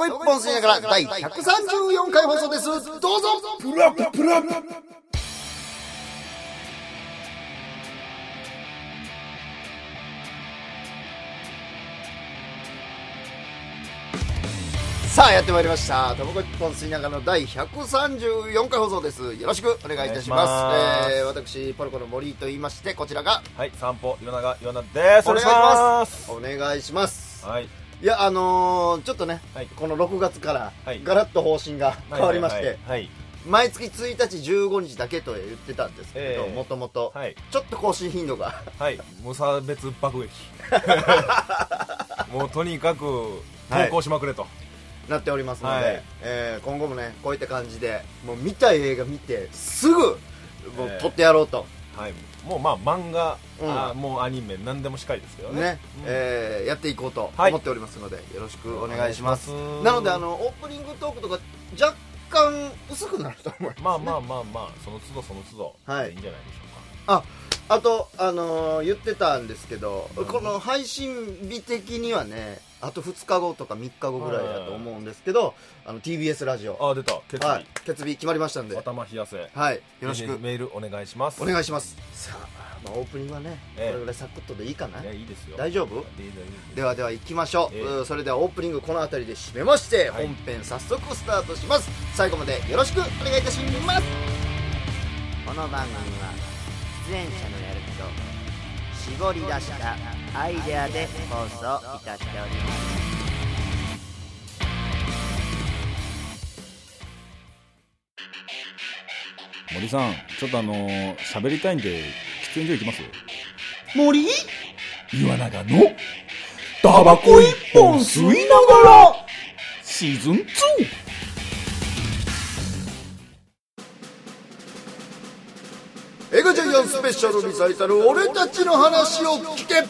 コ一本吸いながら第134回放送です。どうぞ。 プラププラプ。 さあやってまいりました。タバコ一本吸いながらの第134回放送です。よろしくお願いいたします。私ポルコの森と言いまして、こちらがはい、散歩岩永岩永です。 お願いします。お願いします。 はい。 いやちょっとね、はい、この6月からガラッと方針が変わりまして、毎月1日15日だけと言ってたんですけど、もともとちょっと更新頻度が無差別爆撃もうとにかく投稿しまくれと、 なっておりますので、今後もねこういった感じでもう見たい映画見てすぐもう撮ってやろうと、 もうまあ漫画、もうアニメ何でもしっかりですけどね、 やっていこうと思っておりますので、よろしくお願いします。なのでオープニングトークとか若干薄くなると思います、ね、まあその都度その都度でいいんじゃないでしょうか。 あと言ってたんですけど、この配信日的にはねあと2日後とか3日後ぐらいだと思うんですけど、TBS ラジオ出た決日決まりましたんで、 頭冷やせ、よろしくメールお願いします。 お願いします。さあ、オープニングはね、これぐらいサクッとでいいかな。 いいですよ。 大丈夫？では行きましょう。それではオープニングこの辺りで締めまして、本編早速スタートします。最後までよろしくお願いいたします。この番組は出演者のやる気と絞り出したアイデアで放送いたしております。 森さん、ちょっと喋りたいんで喫煙所行きます？ 森？ 岩永のタバコ一本吸いながらシーズン2。 映画ジャイアンスペシャルリサイタル、俺たちの話を聞け。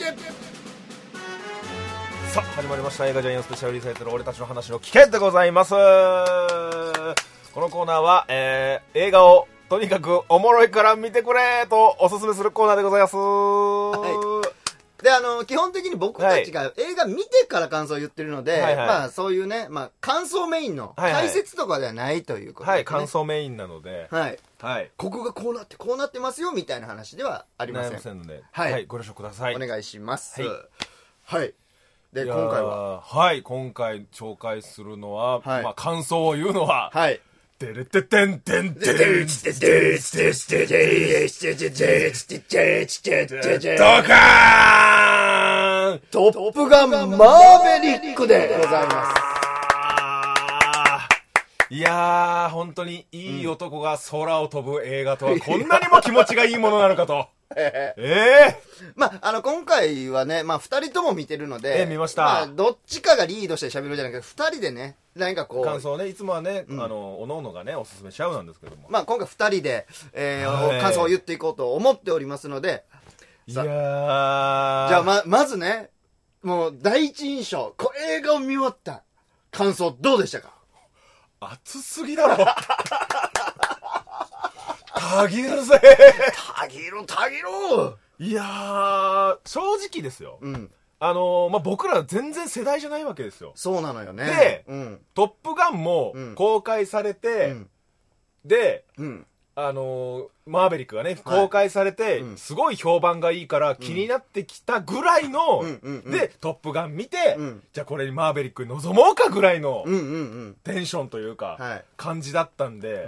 さあ始まりました、映画ジャイアンスペシャルリサイタル、俺たちの話を聞けでございます。このコーナーは、映画をとにかくおもろいから見てくれとおすすめするコーナーでございます。 で基本的に僕たちが映画見てから感想を言ってるので、そういうね、感想メインの解説とかではないということで、ね、 感想メインなので、 ここがこうなってますよみたいな話ではありませんので、 ご了承ください。 お願いします。で今回は今回紹介するのは、感想を言うのは、テレテテンテンテンドカーントップガンマーベリックでございます。 いやー、本当にいい男が空を飛ぶ映画とはこんなにも気持ちがいいものなのかと。 今回はね、2人とも見てるので、 見ました。 どっちかがリードして喋るんじゃなくて、2人でね、何かこう。 感想ね、いつもはね、おのおのがね、おすすめしちゃうなんですけども。 今回2人で、感想を言っていこうと思っておりますので、 いやー。じゃあまずね、もう第一印象、映画を見終わった感想どうでしたか？ 熱すぎだろ。たぎるぜ。 たぎる。 いやー、正直ですよ。僕ら全然世代じゃないわけですよ。 そうなのよね。 で、トップガンも公開されて、で、マーベリックがね、公開されて、すごい評判がいいから気になってきたぐらいの、で、トップガン見て、じゃあこれにマーベリックに臨もうかぐらいのテンションというか、感じだったんで、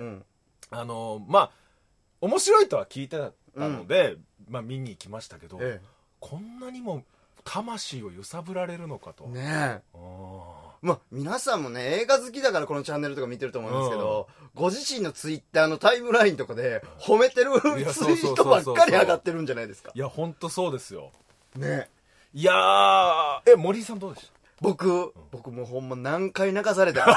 面白いとは聞いてたので、見に行きましたけど、こんなにも魂を揺さぶられるのかと。 ねえ。皆さんもね、映画好きだからこのチャンネルとか見てると思うんですけど、ご自身のツイッターのタイムラインとかで褒めてるツイートばっかり上がってるんじゃないですか。 いや、ほんとそうですよ。 ね。 いやー、森井さんどうでした？ 僕もうほんま何回泣かされた。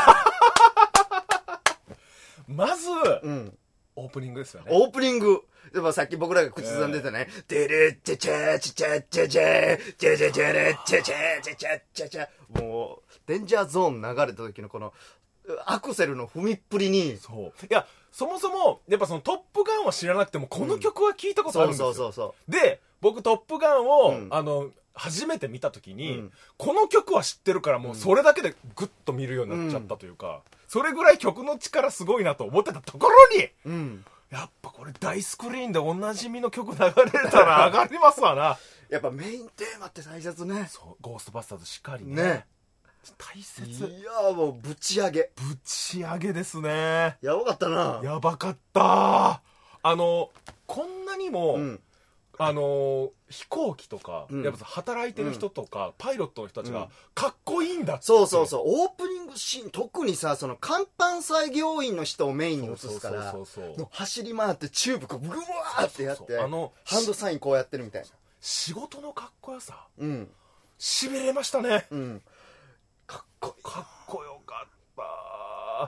まず、オープニングですよね。 オープニング。でもさっき僕らが口ずんでたね。テレッチャチャチャチャチャチャチャチャチャレッチャチャチャチャチャチャ。もう、デンジャーゾーン流れた時のこの、アクセルの踏みっぷりに。 そう。いや、そもそも、やっぱそのトップガンは知らなくても、この曲は聞いたことあるんですよ。で、僕トップガンを、 初めて見た時に、 うん、 この曲は知ってるからもうそれだけでグッと見るようになっちゃったというか、それぐらい曲の力すごいなと思ってたところに、うん、やっぱこれ大スクリーンでおなじみの曲流れたら上がりますわな。 やっぱメインテーマって大切ね。 そう、ゴーストバスターズしっかりね。大切。 いやもうぶち上げ。 ぶち上げですね。 やばかったな。 やばかった。こんなにも、うん、飛行機とか、やっぱ働いてる人とか、パイロットの人たちがかっこいいんだって。 そうそうそう。オープニングシーン、特にさ、その甲板作業員の人をメインに映すから、走り回ってチューブこうブワーってやって、ハンドサインこうやってるみたいな。 仕事のかっこよさ、しびれましたね。かっこよかった。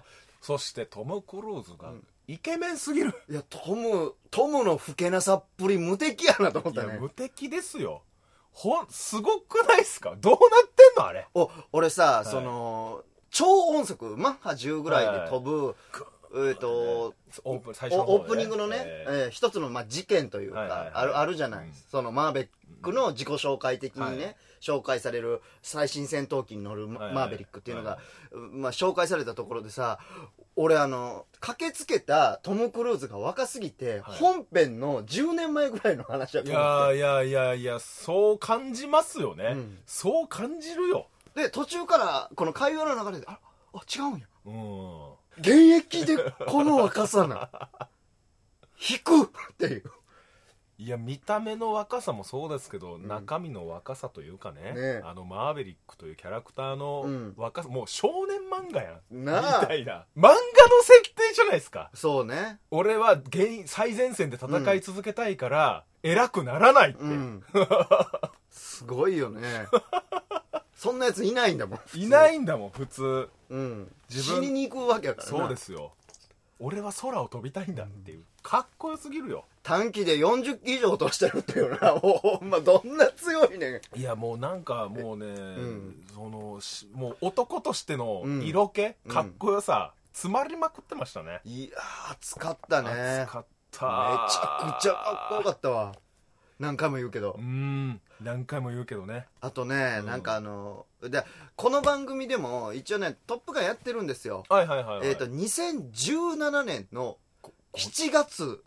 そしてトム・クルーズが、イケメンすぎる。 いや、トムの老けなさっぷり無敵やなと思ったね。 いや、無敵ですよ。すごくないっすか？どうなってんのあれ。 俺さ、その、超音速、マッハ10ぐらいで飛ぶ、オープニングのね、一つの事件というか、あるじゃない。そのマーベリックの自己紹介的にね、紹介される最新戦闘機に乗るマーベリックっていうのが、紹介されたところでさ、俺駆けつけたトム・クルーズが若すぎて、本編の10年前ぐらいの話だと思って。 いや、そう感じますよね。そう感じるよ。 で、途中からこの会話の流れで、違うんや。現役でこの若さな。引くっていう。 いや、見た目の若さもそうですけど、中身の若さというかね、マーベリックというキャラクターの若さ、もう少年漫画やんみたいな漫画の設定じゃないですか。 そうね。 俺は最前線で戦い続けたいから、偉くならないって、 すごいよね。そんなやついないんだもん。 いないんだもん普通。 死にに行くわけやからな。 そうですよ。俺は空を飛びたいんだっていう、かっこよすぎるよ。 短期で40機以上落としてるっていうな。ほんまどんな強いね。 いや、もうなんかもうね、もう男としての色気、かっこよさ詰まりまくってましたね。 いやー、熱かったね。 熱かった。 めちゃくちゃかっこよかったわ。何回も言うけど。 何回も言うけどね。 あとね、なんかでこの番組でも一応ね、トップガンやってるんですよ。2017年の7月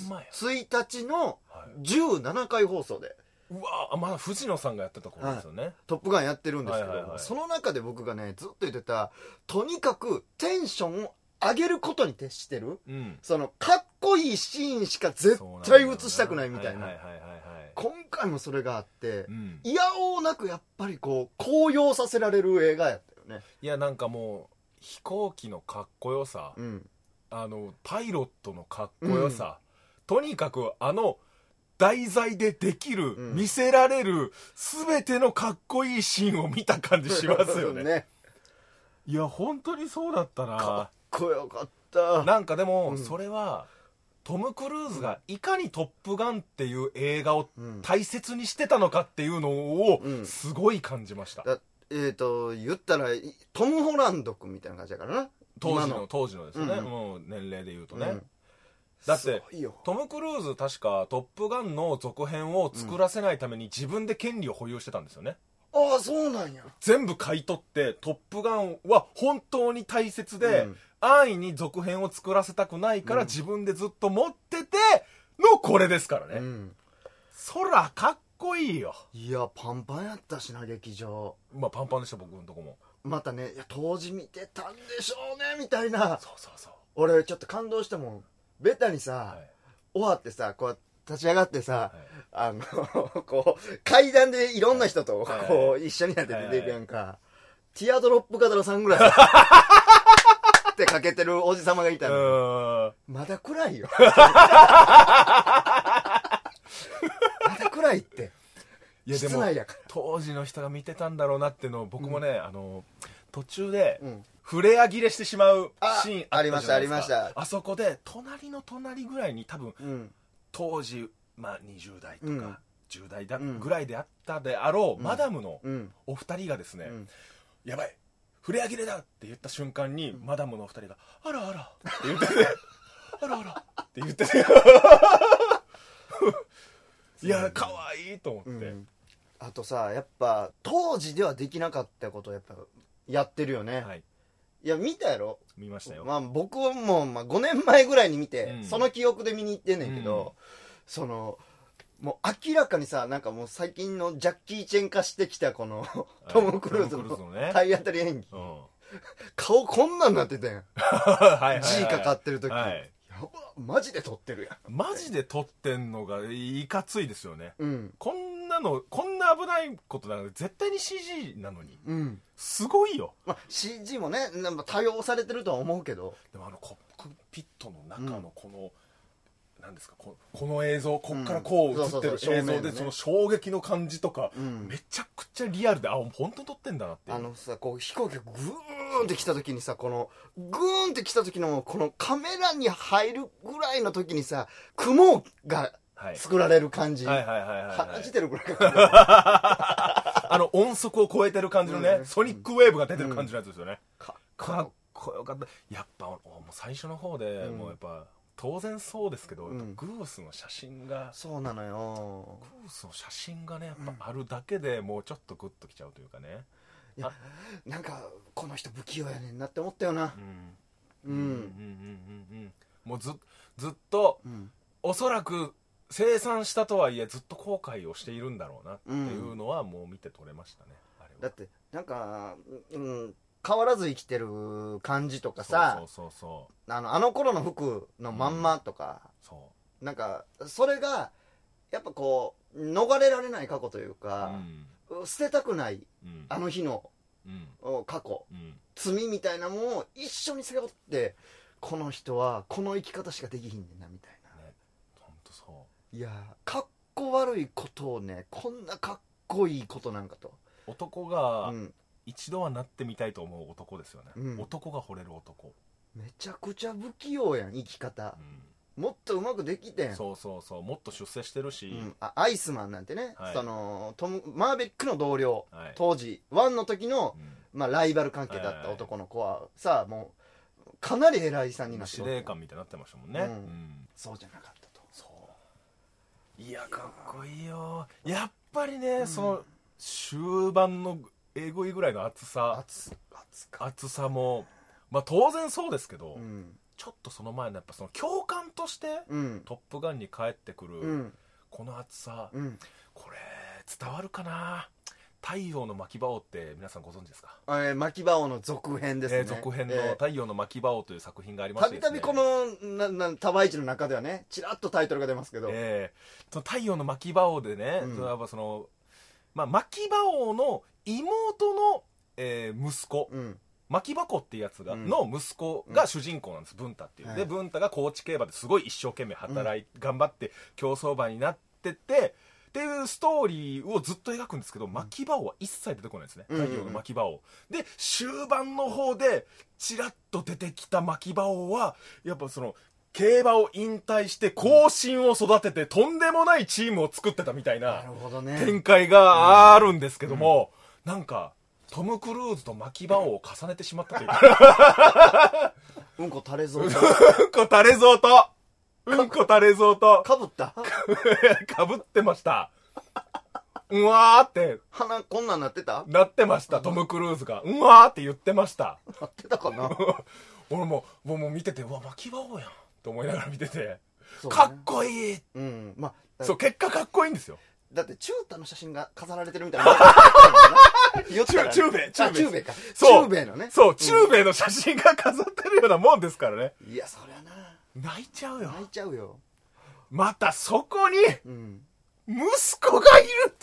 1日の17回放送で。 うわ、まだ藤野さんがやってた頃ですよね。 トップガンやってるんですけど、その中で僕がね、ずっと言ってた、とにかくテンションを上げることに徹してる、そのかっこいいシーンしか絶対映したくないみたいな。今回もそれがあって、いやおうなくやっぱりこう高揚させられる映画やったよね。 いや、なんかもう飛行機のかっこよさ、パイロットのかっこよさ、とにかく題材でできる、見せられる全てのかっこいいシーンを見た感じしますよね。いや、本当にそうだったな。 かっこよかった。 なんかでも、それはトム・クルーズがいかにトップガンっていう映画を大切にしてたのかっていうのをすごい感じました。 言ったらトム・ホランド君みたいな感じだからな。 当時のですね、もう年齢で言うとね。だってトム・クルーズ確かトップガンの続編を作らせないために自分で権利を保有してたんですよね。 ああ、そうなんや。 全部買い取ってトップガンは本当に大切で、安易に続編を作らせたくないから自分でずっと持っててのこれですからね。そらかっこいいよ。 いや、パンパンやったしな、劇場。 まあパンパンでした、僕のとこも。 またね、いや当時見てたんでしょうねみたいな。 そうそうそう。 俺ちょっと感動してもベタにさ、終わってさ、こう立ち上がってさ、こう階段でいろんな人とこう一緒になって出ていくやんか。ティアドロップ型のサングラスってかけてるおじさまがいたの。まだ暗いよ。まだ暗いって。 いやでも当時の人が見てたんだろうなってのを僕もね、途中で触れあぎれしてしまうシーンあったじゃないですか。あそこで隣の隣ぐらいに多分、当時20代とか10代だぐらいであったであろうマダムのお二人がですね、やばい触れあぎれだって言った瞬間に、マダムのお二人があらあらって言っててあらあらって言ってていや可愛いと思って、 あとさやっぱ当時ではできなかったことをやっぱやってるよね、はい、いや見たやろ。 見ましたよ。 まあ僕はもう、5年前ぐらいに見て、その記憶で見に行ってんねんけど、そのもう明らかにさなんかもう最近のジャッキーチェン化してきたこのトム・クルーズの体当たり演技、顔こんなんなってたやんG かかってる時、やばマジで撮ってるやん。 マジで撮ってんのがいかついですよね、こんな危ないことなので絶対に CG なのに、すごいよ、 CG もね多用されてるとは思うけど、 でもコックピットの中のこの、なんですかこの映像こっからこう映ってる映像でその衝撃の感じとか、めちゃくちゃリアルで本当に撮ってんだなっていう。 さこう飛行機がグーンって来た時にさこのグーンって来た時のこのカメラに入るぐらいの時にさ雲が作られる感じ、鼻血出るぐらい音速を超えてる感じのね、ソニックウェーブが出てる感じのやつですよね、かっこよかった。やっぱもう最初の方で、もうやっぱ当然そうですけど、グースの写真がそうなのよ。 グースの写真がねやっぱあるだけでもうちょっとグッときちゃうというかね、 いやなんかこの人不器用やねんなって思ったよな。 もうずっと、おそらく生産したとはいえずっと後悔をしているんだろうなっていうのはもう見て取れましたね、あれは。だってなんか、変わらず生きてる感じとかさ、あの頃の服のまんまとか、なんかそれがやっぱこう逃れられない過去というか、捨てたくない、あの日の、過去、罪みたいなものを一緒に背負って、この人はこの生き方しかできひんねんなみたいな、 ほんとそう。 いやかっこ悪いことをねこんなかっこいいことなんかと。 男が、一度はなってみたいと思う男ですよね、男が惚れる男。 めちゃくちゃ不器用やん生き方、もっとうまくできてん。 そうもっと出世してるし、 アイスマンなんてね、そのマーベリックの同僚、当時1の時の、ライバル関係だった男の子はさもうかなり偉いさんになって司令官みたいになってましたもんね、 そうじゃなかったと。 いやかっこいいよやっぱりね、その終盤のえぐいぐらいの熱さも、当然そうですけど、ちょっとその前のやっぱその共感として、トップガンに帰ってくる、この熱さ、これ伝わるかな。太陽の巻き場王って皆さんご存知ですか？ 巻き場王の続編ですね、 続編の太陽の巻き場王という作品がありましてですね、 たびたびこのタバイチの中ではねちらっとタイトルが出ますけど、 その太陽の巻き場王でね、その巻き場王の妹の、息子、巻き箱っていうやつが、の息子が主人公なんです、文太っていう、で文太が高知競馬ですごい一生懸命頑張って競走馬になっててっていうストーリーをずっと描くんですけど、巻き場王は一切出てこないんですね、太陽の巻き場王で。終盤の方でチラッと出てきた巻き場王はやっぱその競馬を引退して後進を育ててとんでもないチームを作ってたみたいな展開があるんですけども、なんかトム・クルーズと巻き場王を重ねてしまったというかうんこ垂れぞうとかぶったかぶってました。うわーって鼻こんなんなってました。トム・クルーズがうわーって言ってました。 なってたかな俺もう見てて、うわ巻き場王やんと思いながら見てて、かっこいい、そう結果かっこいいんですよ。 だってチュータの写真が飾られてるみたいなチューベイのね、 そうチューベイの写真が飾ってるようなもんですからね。 いやそりゃな泣いちゃうよ。またそこに息子がいるって、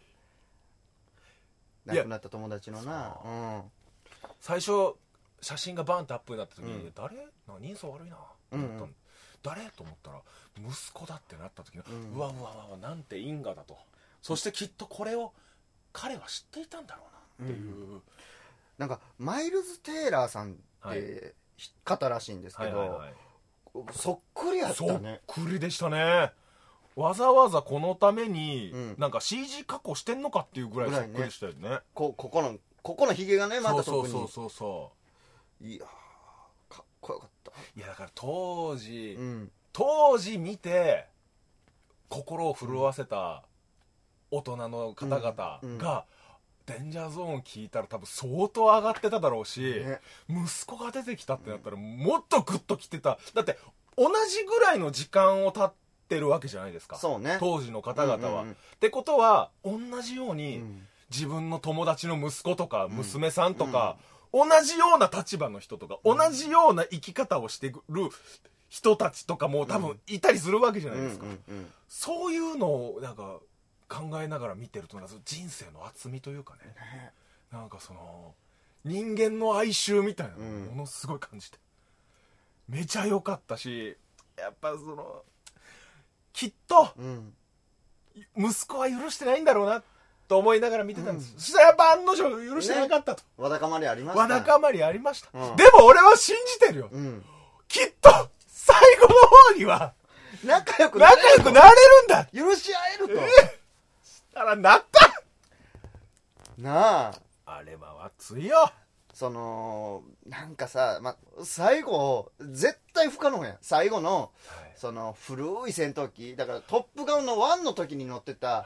亡くなった友達のな、 最初写真がバーンってアップになった時に、人相悪いなと思ったん、誰と思ったら息子だってなった時に、うわなんて因果だと。そしてきっとこれを彼は知っていたんだろうなっていう、 なんかマイルズ・テイラーさんって方らしいんですけど、そっくりやったね。 そっくりでしたね。わざわざこのために、なんか CG 加工してんのかっていうぐらいそっくりでしたよね。 ここのヒゲがねまた特にそういやかっこよかった。 いやだから当時見て心を震わせた大人の方々が、デンジャーゾーン聞いたら多分相当上がってただろうし、息子が出てきたってなったらもっとグッと来てた。だって同じぐらいの時間を経ってるわけじゃないですか。 そうね。 当時の方々は。ってことは同じように、自分の友達の息子とか娘さんとか、同じような立場の人とか、同じような生き方をしてる人たちとかも多分いたりするわけじゃないですか。そういうのをなんか考えながら見てると、なんか人生の厚みというかね、なんかその人間の哀愁みたいなのをものすごい感じて、めちゃ良かったし、やっぱそのきっと息子は許してないんだろうなと思いながら見てたんです。そしたらやっぱ案の定許してなかったと。 わだかまりありました。 わだかまりありました。でも俺は信じてるよ。きっと最後の方には仲良くなれるんだ。 許し合えると。 したらなったなあ。 あれは熱いよ。 そのなんかさ、最後絶対不可能やん。最後の、その古い戦闘機だから、トップガンの1の時に乗ってた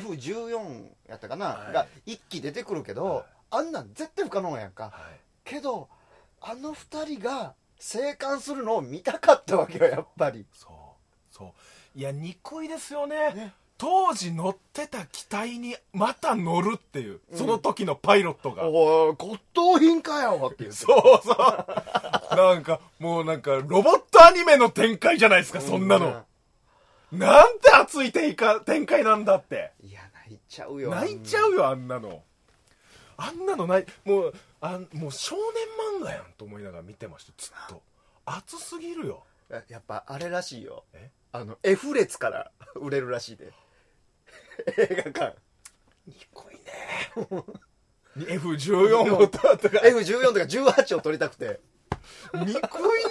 F14 やったかな、が1機出てくるけど、あんなん絶対不可能やんか、けどあの2人が生還するのを見たかったわけよ、やっぱり。 そういや、憎いですよね。当時乗ってた機体にまた乗るっていう、その時のパイロットが、 おい骨董品かよっていう。 そうなんかもうなんかロボットアニメの展開じゃないですか、そんなの。なんて熱い展開なんだって。 いや、泣いちゃうよ、 あんなのない。もう少年漫画やんと思いながら見てました、ずっと。熱すぎるよ。 やっぱあれらしいよ、F 列から売れるらしいで、映画館。 憎いね。F14 をとか F14 とか18を撮りたくて。 憎いね。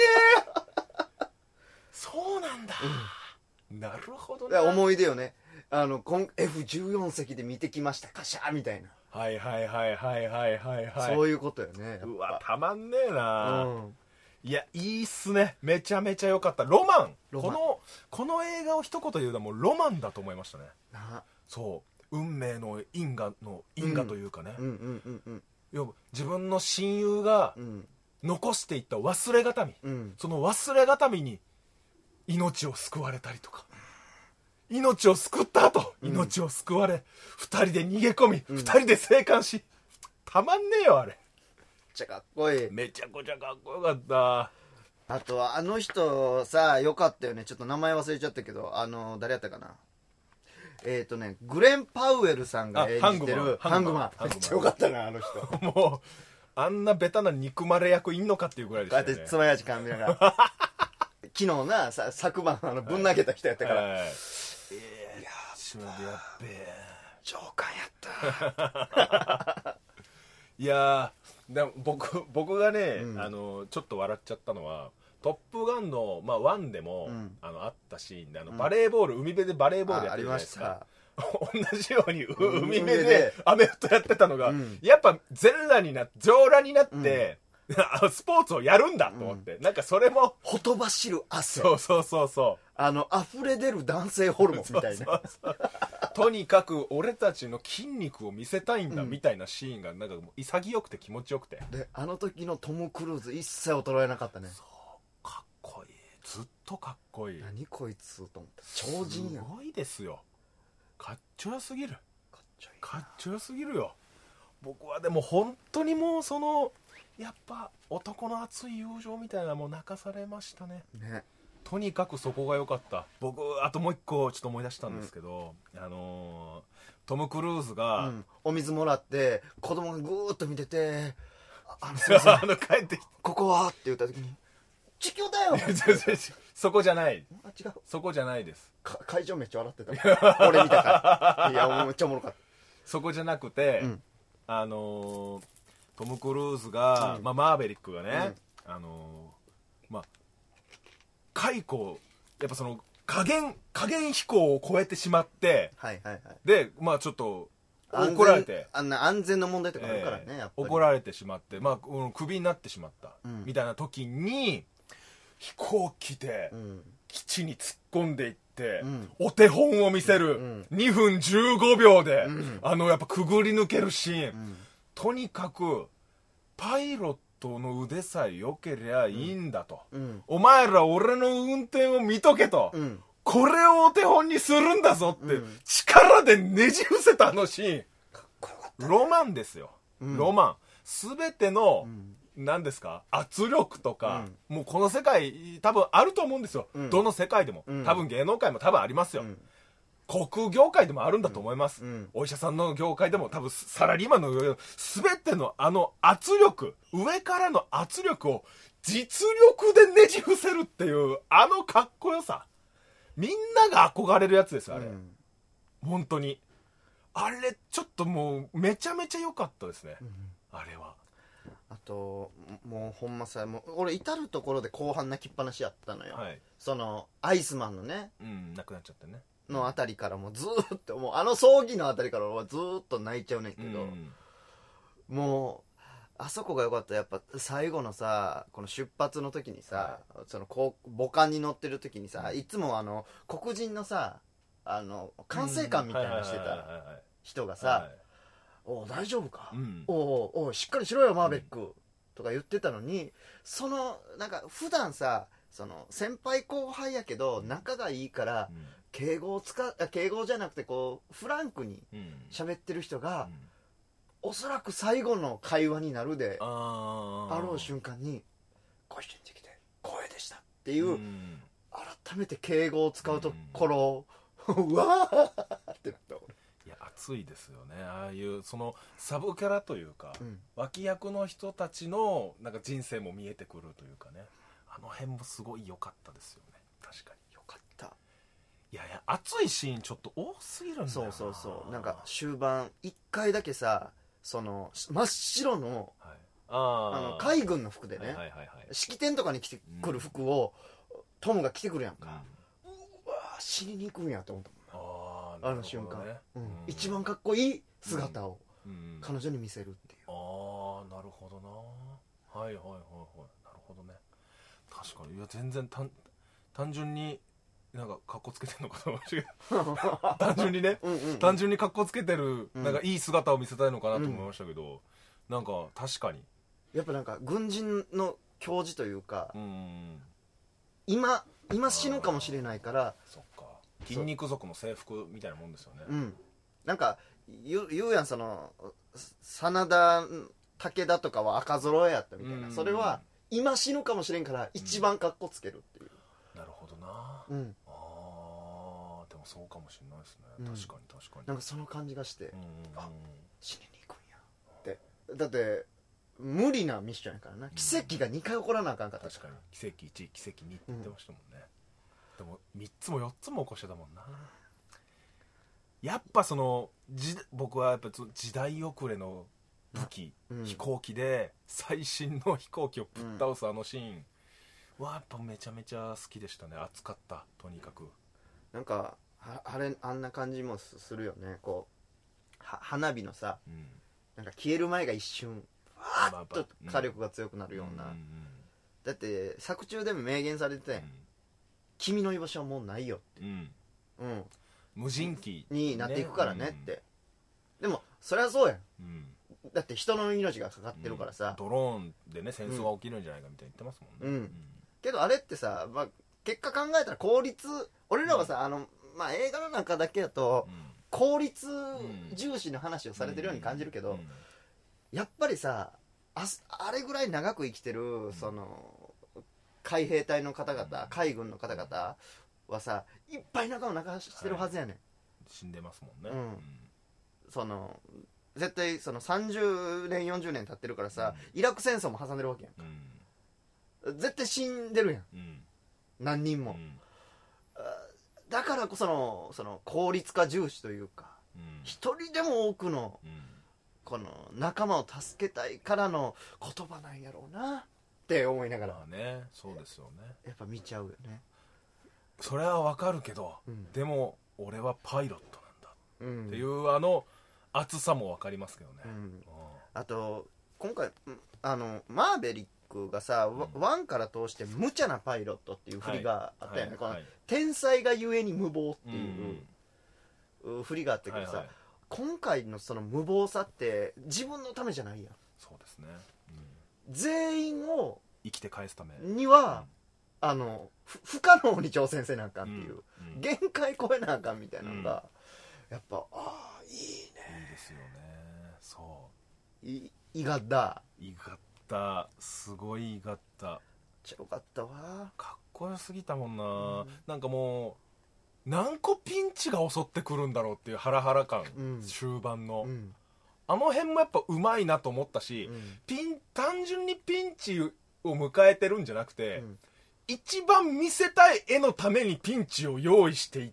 そうなんだ、なるほどね。 思い出よね。F14 席で見てきました、カシャーみたいな。 はいそういうことよね。 うわ、たまんねえな、いや、いいっすね。めちゃめちゃ良かった。ロマン。この映画を一言言うのはもうロマンだと思いましたね。そう運命の因果というかね、自分の親友が残していった忘れがたみ、その忘れがたみに命を救われたりとか、命を救った後、命を救われ、2人で逃げ込み、2人で生還し、たまんねえよ、あれ。 めっちゃかっこいい。 めちゃくちゃかっこよかった。 あとはあの人さ、よかったよね。ちょっと名前忘れちゃったけど、誰やったかな。グレン・パウエルさんが演じてるハングマン。めっちゃよかったな、あの人。 もうあんなベタな憎まれ役いんのかっていうぐらいでしたね。 こうやってつまようじ噛みながら昨日な、昨晩ぶん投げた人やったから、いややっべえ上官やったいやでも僕がね、ちょっと笑っちゃったのは、トップガンの、1でも、あったシーンでバレーボール、海辺でバレーボールやってるじゃないですか。同じように海辺でアメフトやってたのが、やっぱ上裸になって、スポーツをやるんだと思って、なんかそれもほとばしる汗、溢れ出る男性ホルモンみたいなとにかく俺たちの筋肉を見せたいんだみたいなシーンがなんかもう潔くて気持ちよくて、 であの時のトム・クルーズ一切衰えなかったね。 そうかっこいい、ずっとかっこいい。 何こいつと思った。超人やん。 すごいですよ。かっちょよすぎる。かっちょよすぎるよ。僕はでも本当にもうそのやっぱ男の熱い友情みたいなもう泣かされましたね。とにかくそこが良かった。僕あともう一個ちょっと思い出したんですけど、トム・クルーズが、 お水もらって子供がぐーっと見てて、 すいません帰ってきてここはって言った時に地球だよそこじゃない。 違う、 そこじゃないです。 会場めっちゃ笑ってた俺見たからいやめっちゃおもろかった。 そこじゃなくて、トム・クルーズが、マーベリックがね、解雇、やっぱその加減飛行を超えてしまって、でちょっと怒られて、 安全の問題とかあるからね、やっぱり怒られてしまって、クビになってしまった、みたいな時に飛行機で基地に突っ込んでいっ 、お手本を見せる、2分15秒で、やっぱくぐり抜けるシーン、とにかくパイロットの腕さえ良けりゃいいんだと、お前ら俺の運転を見とけと、これをお手本にするんだぞって、力でねじ伏せたあのシーン、ロマンですよ、ロマン。全ての、何ですか、圧力とか、もうこの世界多分あると思うんですよ、どの世界でも、多分芸能界も多分ありますよ、航空業界でもあるんだと思います、お医者さんの業界でも多分サラリーマンの全ての圧力、上からの圧力を実力でねじ伏せるっていうかっこよさ、みんなが憧れるやつですよあれ、本当にあれちょっともうめちゃめちゃ良かったですね、あれは。 あともうほんまさ、もう俺至る所で後半泣きっぱなしやったのよ、そのアイスマンのね、 亡くなっちゃってねのあたりからもうずーっと、もう葬儀のあたりから俺はずーっと泣いちゃうねんけど、もうあそこが良かった。やっぱ最後のさ、この出発の時にさ、その母艦に乗ってる時にさ、いつも黒人のさ、管制官みたいなしてた人がさ、お大丈夫か、おしっかりしろよマーベリック、とか言ってたのに、なんか普段さ、その先輩後輩やけど仲がいいから、敬語じゃなくてこうフランクに喋ってる人が、おそらく最後の会話になるであろう瞬間にご一緒にできて光栄でしたっていう、改めて敬語を使うところ、うわーってなった。 いや熱いですよね、ああいうそのサブキャラというか、脇役の人たちのなんか人生も見えてくるというかね、あの辺もすごい良かったですよね。確かに良かった。 いや熱いシーンちょっと多すぎるんだよな。 そうなんか終盤1回だけさ、その真っ白の、海軍の服でね、式典とかに着てくる服を、トムが着てくるやんか、うわ死にに行くんやと思ったもんな、あの瞬間、一番かっこいい姿を彼女に見せるっていう。 なるほどな、はいなるほどね。確かに、いや全然単純になんかカッコつけてんのかと思いましたけど単純にね、単純にカッコつけてる、なんかいい姿を見せたいのかなと思いましたけど、なんか確かにやっぱなんか軍人の教授というか、今死ぬかもしれないから、 そっか、筋肉族の制服みたいなもんですよね。 なんか言うやん、その真田武田とかは赤揃えやったみたいな、それは今死ぬかもしれんから一番カッコつけるっていう、 なるほどな、でもそうかもしれないですね、確かになんかその感じがして、死にに行くんやって。だって無理なミッションやからな、奇跡が2回起こらなあかんかった。 確かに奇跡1奇跡2って言ってましたもんね、でも3つも4つも起こしてたもんな。やっぱその僕はやっぱ時代遅れの武器、飛行機で最新の飛行機をぶっ倒すあのシーンはやっぱめちゃめちゃ好きでしたね。熱かった、とにかく。 なんかあんな感じもするよね。こう花火のさ、なんか消える前が一瞬わーっと火力が強くなるような、だって作中でも明言されて、君の居場所はもうないよって、 無人機になっていくからねって、でもそれはそうやん、だって人の命がかかってるからさ、 ドローンでね戦争が起きるんじゃないかみたいに言ってますもんね、 けどあれってさ、結果考えたら効率、俺らはさ、映画の中だけだと、効率重視の話をされてるように感じるけど、やっぱりさ、あれぐらい長く生きてるその海兵隊の方々、海軍の方々はさ、いっぱい仲間流してるはずやねん、 死んでますもんね、 その絶対その30年40年経ってるからさ、イラク戦争も挟んでるわけやんか、絶対死んでるやん、何人も、だからこその効率化重視というか、一人でも多くのこの仲間を助けたいからの言葉なんやろうなって思いながら、 そうですよね、 やっぱ見ちゃうよね。 それはわかるけど、でも俺はパイロットなんだっていう熱さもわかりますけどね、 あと今回マーベリックがさ、1から通して無茶なパイロットっていう振りがあったよね、この天才がゆえに無謀っていう振りがあったけどさ、今回のその無謀さって自分のためじゃないやん。 そうですね、 全員を生きて返すためには、不可能に挑戦せなあかんっていう、限界超えなあかんみたいなのが、やっぱいいね。いいですよね。そういがったすごいいがった。めっちゃよかったわ。 かっこよすぎたもんな、なんかもう何個ピンチが襲ってくるんだろうっていうハラハラ感、終盤の、あの辺もやっぱうまいなと思ったし、単純にピンチを迎えてるんじゃなくて、一番見せたい絵のためにピンチを用意していって、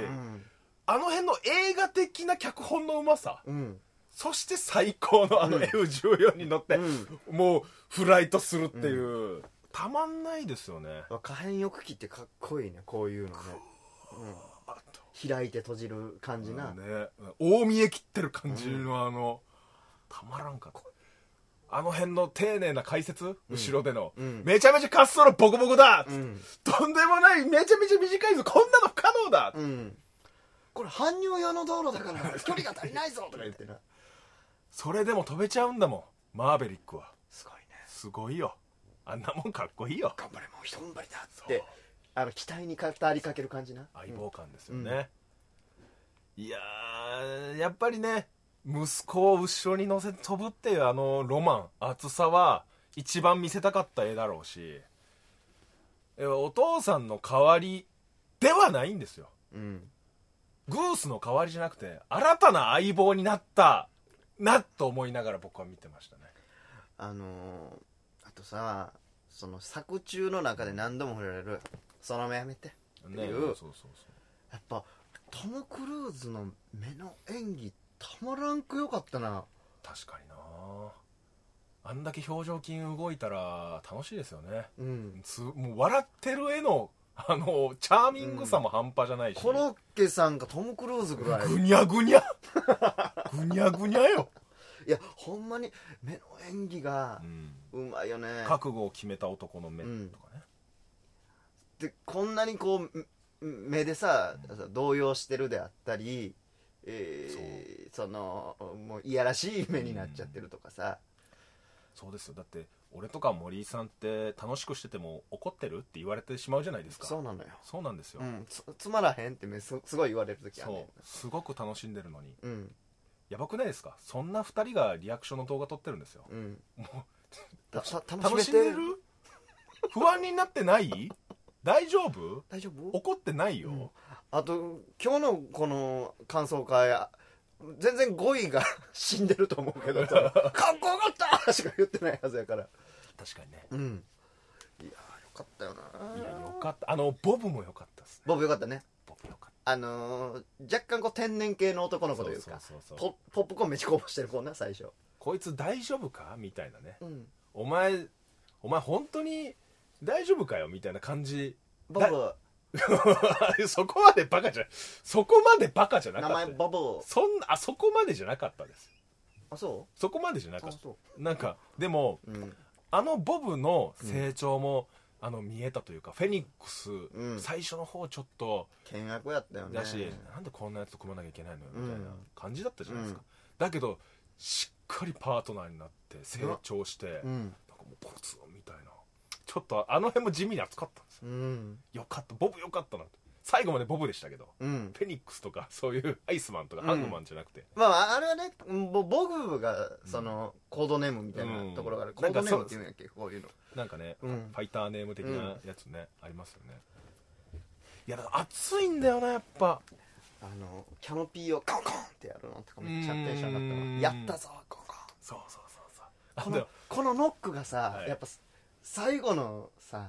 あの辺の映画的な脚本のうまさ、そして最高のF14 に乗って、もうフライトするっていう、たまんないですよね。 可変翼機ってかっこいいね、こういうのね。開いて閉じる感じな、 大見え切ってる感じのたまらんかった。あの辺の丁寧な解説、後ろでの、めちゃめちゃ滑走路ボコボコだ、とんでもないめちゃめちゃ短いぞ、こんなの不可能だ、 これ搬入用の道路だから距離が足りないぞとか言ってな。 それでも飛べちゃうんだもん、マーベリックは。 すごいね。 すごいよ、あんなもんかっこいいよ。 頑張れ、もう一踏ん張りだって期待に語りかける感じな、 相棒感ですよね、いやー、やっぱりね、息子を後ろに乗せて飛ぶっていうロマン、熱さは一番見せたかった絵だろうし、お父さんの代わりではないんですよ、グースの代わりじゃなくて新たな相棒になったなと思いながら僕は見てましたね。 あとさ、その作中の中で何度も触れられるその目やめてっていう、やっぱトム・クルーズの目の演技たまらんくよかったな。 確かにな、あんだけ表情筋動いたら楽しいですよね、もう笑ってる絵のチャーミングさも半端じゃないし、 コロッケさんがトム・クルーズぐらいぐにゃぐにゃぐにゃぐにゃよ。 いやほんまに目の演技がうまいよね、 覚悟を決めた男の目とかね、 でこんなにこう目でさ、動揺してるであったり、そのもういやらしい目になっちゃってるとかさ、 そうですよ。だって俺とか森井さんって楽しくしてても怒ってるって言われてしまうじゃないですか。 そうなのよ。 そうなんですよ、 つまらへんってすごい言われる時あるねん。 すごく楽しんでるのに、やばくないですか。そんな2人がリアクションの動画撮ってるんですよ、もう楽しんでる不安になってない大丈夫怒ってないよ、 あと今日のこの感想会全然語彙が死んでると思うけどさかっこよかったしか言ってないはずやから。 確かにね、 いやよかったよな。 いやよかった。ボブもよかったっすね。 ボブよかったね。 ボブよかった。 若干こう天然系の男の子というか、ポップコーンめちこぼしてる子な、最初。 こいつ大丈夫かみたいなね、お前本当に大丈夫かよみたいな感じ。 ボブそこまでバカじゃなかった。 名前ボブ。 そこまでじゃなかったです。そこまでじゃなかった。なんかでも、ボブの成長も、見えたというか、フェニックス、最初の方ちょっと険悪やったよね。 だし、なんでこんなやつと組まなきゃいけないのよみたいな感じだったじゃないですか、だけどしっかりパートナーになって成長して、なんかもうポツンみたいな、ちょっと辺も地味に熱かったんですよ、よかった。ボブよかったな。最後までボブでしたけど、フェニックスとかそういうアイスマンとかハングマンじゃなくて、 まああれはね、ボブがそのコードネームみたいなところがある。コードネームっていうんやっけ、こういうのなんかね、ファイターネーム的なやつね、ありますよね。いやだから熱いんだよな、やっぱキャノピーをコンコンってやるのとかめっちゃテンション上がったの。やったぞコンコン。 そうこのノックがさ、やっぱ最後のさ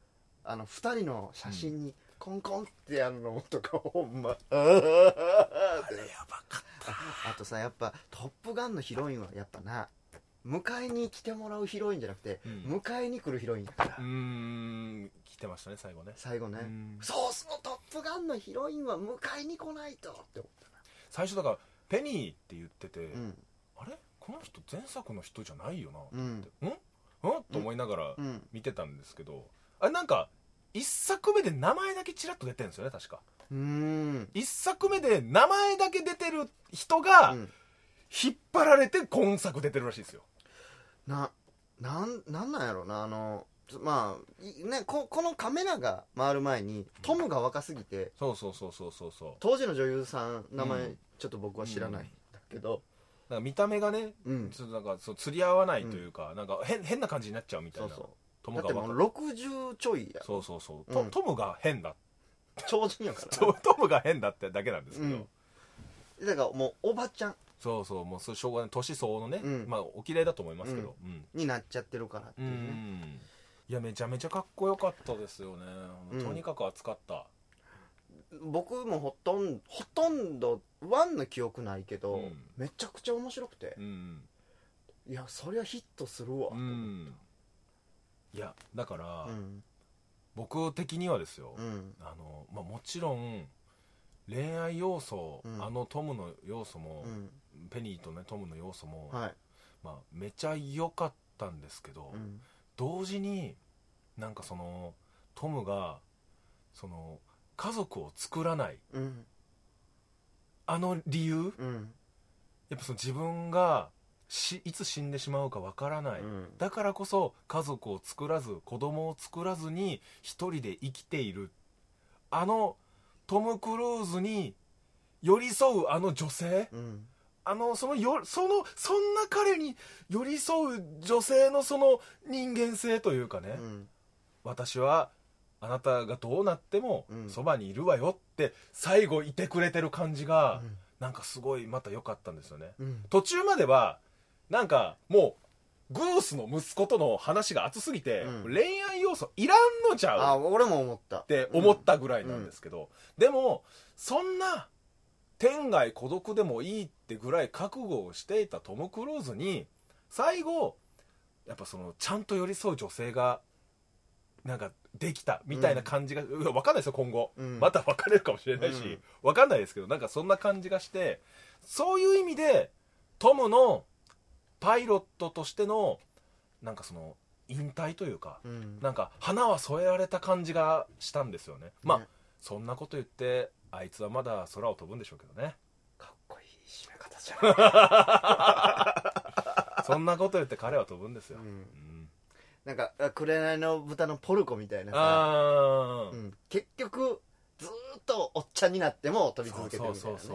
2人の写真にコンコンってやるのとか、ほんまあれやばかった。あとさ、やっぱトップガンのヒロインはやっぱな、迎えに来てもらうヒロインじゃなくて、迎えに来るヒロインだから。 来てましたね、最後ね。 そう、そのトップガンのヒロインは迎えに来ないとって思ったな。 最初だからペニーって言ってて、あれこの人前作の人じゃないよなって、 と思いながら見てたんですけど、あれなんか1作目で名前だけチラッと出てるんですよね確か。1作目で名前だけ出てる人が引っ張られて今作出てるらしいですよ。 なんやろな、まあね、このカメラが回る前にトムが若すぎて、 そう当時の女優さん名前ちょっと僕は知らないんだけど、 なんか見た目がね、ちょっとなんかそう釣り合わないというか、なんか変な感じになっちゃうみたいな。トムがだってもう60ちょいや。 そうトムが変だ、 超人やからトムが変だってだけなんですけど、 だからもうおばちゃん、 もうそれしょうがない、年相応のね、まあお綺麗だと思いますけど、 になっちゃってるからっていうね。 いやめちゃめちゃかっこよかったですよね、とにかく熱かった。 僕もほとんど1の記憶ないけど、めちゃくちゃ面白くて、いやそりゃヒットするわ、いやだから、僕的にはですよ、まあ、もちろん恋愛要素、トムの要素も、ペニーとねトムの要素も、まあ、めちゃ良かったんですけど、同時になんかそのトムがその家族を作らない、あの理由、やっぱその自分がいつ死んでしまうかわからない、だからこそ家族を作らず子供を作らずに一人で生きているあのトム・クルーズに寄り添うあの女性、そんな彼に寄り添う女性のその人間性というかね、私はあなたがどうなってもそばにいるわよって最後いてくれてる感じが、なんかすごいまた良かったんですよね、途中まではなんかもうグースの息子との話が熱すぎて、恋愛要素いらんのちゃう、 俺も思ったって思ったぐらいなんですけど、でもそんな天涯孤独でもいいってぐらい覚悟をしていたトム・クルーズに最後やっぱそのちゃんと寄り添う女性がなんかできたみたいな感じが、分かんないですよ今後、また別れるかもしれないし、分かんないですけど、なんかそんな感じがして、そういう意味でトムのパイロットとしてのなんかその引退というか、なんか花は添えられた感じがしたんですよね。まあそんなこと言ってあいつはまだ空を飛ぶんでしょうけどね。 かっこいい締め方じゃんそんなこと言って彼は飛ぶんですよ、 なんか紅の豚のポルコみたいなさ、結局ずーっとおっちゃんになっても飛び続けてるみたいなね。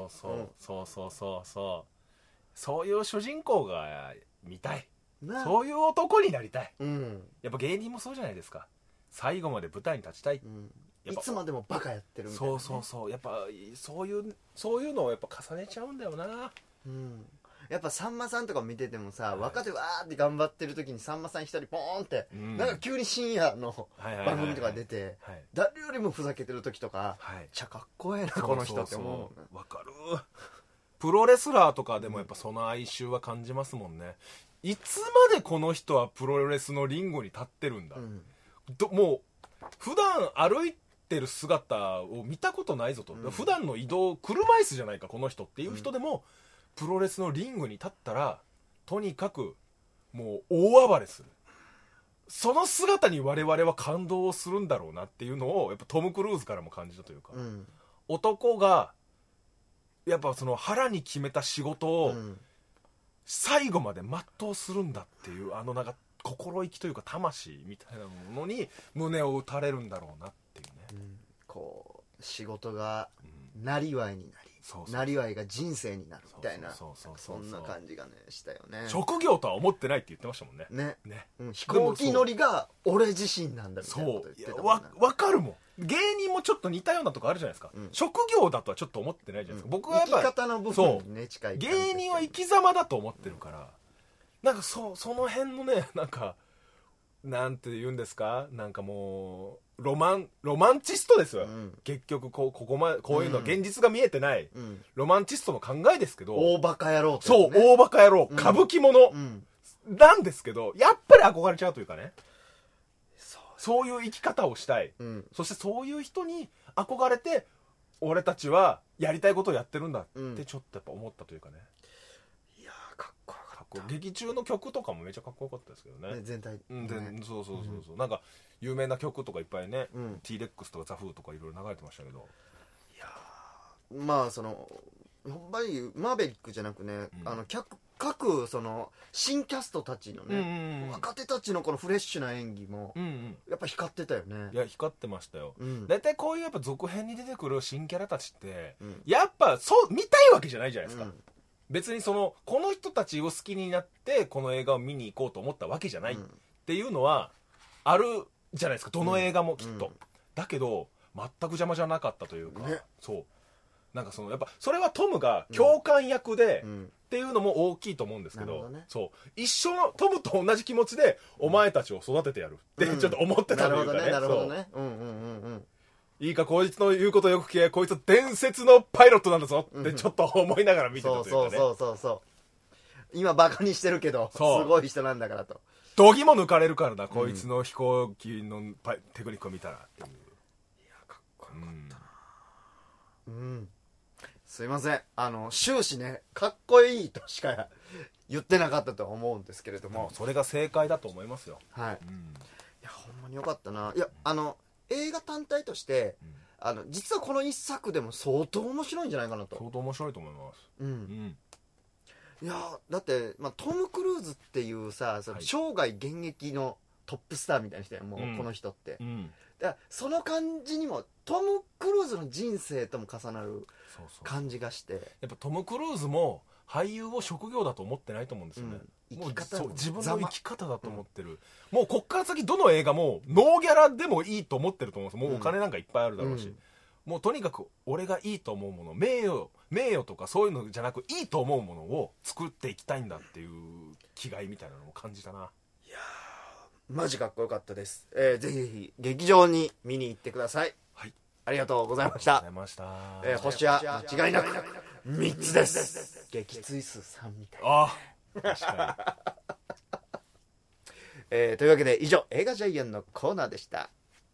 そういう主人公が見たい、そういう男になりたい、やっぱ芸人もそうじゃないですか、最後まで舞台に立ちたい、 いつまでもバカやってるみたいな、ね、 やっぱそういうのをやっぱ重ねちゃうんだよな。 やっぱさんまさんとか見ててもさ、若手わーって頑張ってる時にさんまさん一人ポーンって、なんか急に深夜の番組とか出て、誰よりもふざけてる時とか、めっちゃかっこええなこの人って思う。 わかる。プロレスラーとかでもやっぱその哀愁は感じますもんね。いつまでこの人はプロレスのリングに立ってるんだ、もう普段歩いてる姿を見たことないぞと、普段の移動車椅子じゃないかこの人っていう人でも、プロレスのリングに立ったらとにかくもう大暴れする、その姿に我々は感動をするんだろうなっていうのをやっぱトム・クルーズからも感じたというか、男がやっぱその腹に決めた仕事を最後まで全うするんだっていう、なんか心意気というか魂みたいなものに胸を打たれるんだろうなっていうね、 こう仕事がなりわいになり、なりわいが人生になるみたいな、そんな感じがねしたよね。 職業とは思ってないって言ってましたもんね。 飛行機乗りが俺自身なんだみたいなこと言ってたもんね。 わかるもん。芸人もちょっと似たようなとこあるじゃないですか、職業だとはちょっと思ってないじゃないですか、僕はやっぱ生き方の部分にね近い。 芸人は生き様だと思ってるから、なんかその辺のね、なんかなんて言うんですか、なんかもうロマンチストですよ、結局こういうの現実が見えてない、ロマンチストの考えですけど、 大バカ野郎、 そう大バカ野郎、歌舞伎者、なんですけど、やっぱり憧れちゃうというかね、そういう生き方をしたい、そしてそういう人に憧れて俺たちはやりたいことをやってるんだってちょっとやっぱ思ったというかね。 いやーかっここいい劇中の曲とかもめちゃかっこよかったですけどね全体、 そう、なんか有名な曲とかいっぱいね、T-Rex とかザ・フーとかいろいろ流れてましたけど、 いやまあそのほんまにマーベリックじゃなくね、各その新キャストたちのね、若手たちのこのフレッシュな演技も、やっぱ光ってたよね。 いや光ってましたよ。大体こういうやっぱ続編に出てくる新キャラたちって、やっぱそう見たいわけじゃないじゃないですか。別にこの人たちを好きになってこの映画を見に行こうと思ったわけじゃないっていうのはあるじゃないですか、どの映画もきっと。だけど全く邪魔じゃなかったというか、そうなんかやっぱそれはトムが教官役で、っていうのも大きいと思うんですけど、そう一緒のトムと同じ気持ちでお前たちを育ててやるってちょっと思ってたというかね。 なるほどね。 いいかこいつの言うことよく聞け、こいつ伝説のパイロットなんだぞってちょっと思いながら見てたというかね。 そう今バカにしてるけどすごい人なんだからと。 度肝抜かれるからな、こいつの飛行機のテクニックを見たらっていう。いやかっこよかったな。すいません、終始ねかっこいいとしか言ってなかったとは思うんですけれども、 それが正解だと思いますよ。 はい、いやほんまによかったな。いや映画単体として、実はこの一作でも相当面白いんじゃないかなと。 相当面白いと思います。 いやだって、トム・クルーズっていうさ、生涯現役のトップスターみたいな人やもう、この人って、だからその感じにもトム・クルーズの人生とも重なる感じがして、 やっぱトム・クルーズも俳優を職業だと思ってないと思うんですよね。もう自分の生き方だと思ってる。もうこっから先どの映画もノーギャラでもいいと思ってると思うんですよ。もうお金なんかいっぱいあるだろうし、もうとにかく俺がいいと思うもの、名誉とかそういうのじゃなくいいと思うものを作っていきたいんだっていう気概みたいなのを感じたな。 いやマジかっこよかったです。ぜひぜひ劇場に見に行ってください。はい、ありがとうございました。星は間違いなく3つです。撃墜数3みたいな。 あ確かに。というわけで以上映画ジャイアンのコーナーでした。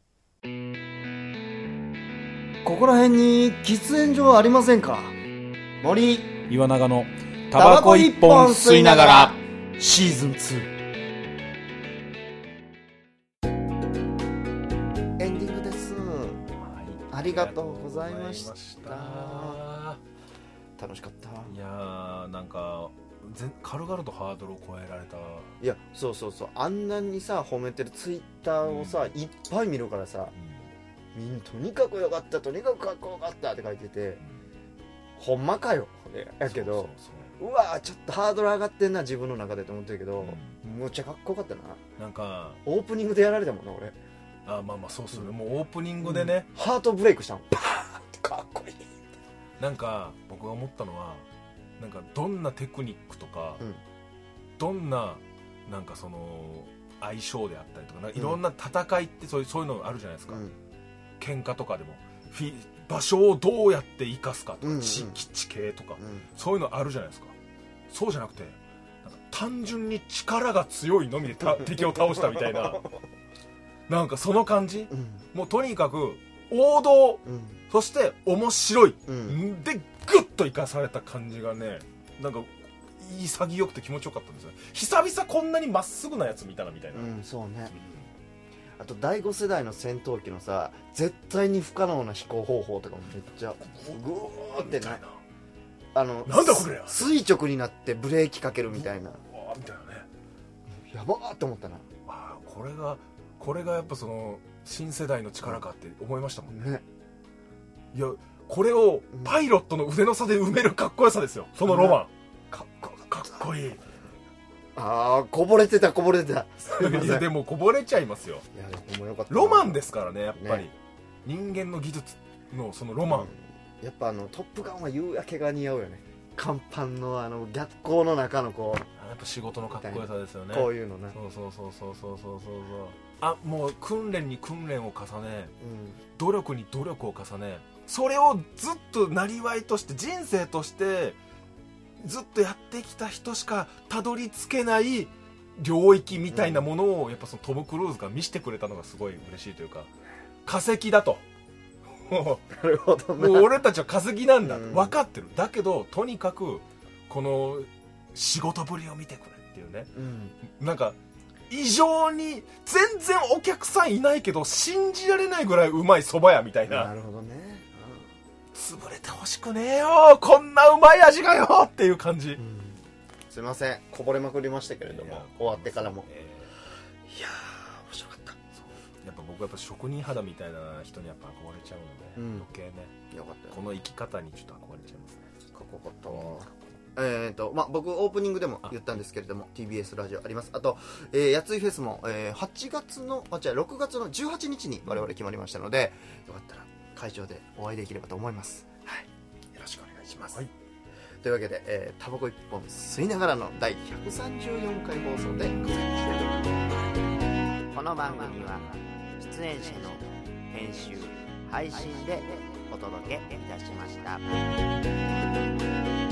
ここら辺に喫煙所ありませんか？森岩永のタバコ一本吸いながらシーズン2エンディングです。ありがとうございました。楽しかった。 いやーなんか軽々とハードルを超えられた。 いやそうあんなにさ褒めてるツイッターをさ、いっぱい見るからさ、とにかくよかった、とにかくかっこよかったって書いてて、ほんまかよやけど、うわちょっとハードル上がってんな自分の中でと思ってるけど、むっちゃかっこよかったな。 なんかオープニングでやられたもんな俺。 まあそうっすよね、もうオープニングでね、 ハートブレイクしたのパーってかっこいい。 なんか僕が思ったのは、なんかどんなテクニックとか、どんななんか相性であったりとか、いろんな戦いってそういうのあるじゃないですか。喧嘩とかでも場所をどうやって生かすかとか、地形とか、そういうのあるじゃないですか。そうじゃなくて、なんか単純に力が強いのみで敵を倒したみたいななんかその感じ、もうとにかく王道、そして面白い、でグッと生かされた感じがね、なんか潔くて気持ちよかったんですよ。久々こんなにまっすぐなやつ見たなみたいな。 そうね。あと第5世代の戦闘機のさ、絶対に不可能な飛行方法とかもめっちゃグーってね、 なんだこれ垂直になってブレーキかけるみたいな、 みたいなね、 やばーって思ったな。 これがやっぱ新世代の力かって思いましたもんね。いやこれをパイロットの腕の差で埋めるかっこよさですよ、そのロマン。かっこいい。 こぼれてたいやでもこぼれちゃいますよ。 いやでもよかった。 ロマンですからね、やっぱり、人間の技術のそのロマン、 やっぱトップガンは夕焼けが似合うよね。甲板の逆光の中のやっぱ仕事のかっこよさですよね。 こういうのね。 そうもう訓練に訓練を重ね、努力に努力を重ね、それをずっとなりわいとして人生としてずっとやってきた人しかたどり着けない領域みたいなものを、やっぱトム・クルーズが見せてくれたのがすごい嬉しいというか、化石だとなるほどね。 もう俺たちは化石なんだ、分かってる。だけどとにかくこの仕事ぶりを見てくれっていうね、なんか異常に全然お客さんいないけど信じられないぐらいうまい蕎麦屋みたいな。 なるほどね。 潰れてほしくねえよこんなうまい味がよっていう感じ、 すいませんこぼれまくりましたけれども、終わってからも、いやー面白かった。 やっぱ僕はやっぱ職人肌みたいな人にやっぱ憧れちゃうので、余計ねよかったよ、 この生き方にちょっと憧れちゃいますね。 かっこよかったわ。僕オープニングでも言ったんですけれども TBS ラジオあります。あと、やついフェスも、6月の18日に我々決まりましたので、よかったら会場でお会いできればと思います。はい、よろしくお願いします。というわけで、タバコ一本吸いながらの第134回放送でございました。この番組は出演者の編集配信でお届けいたしました。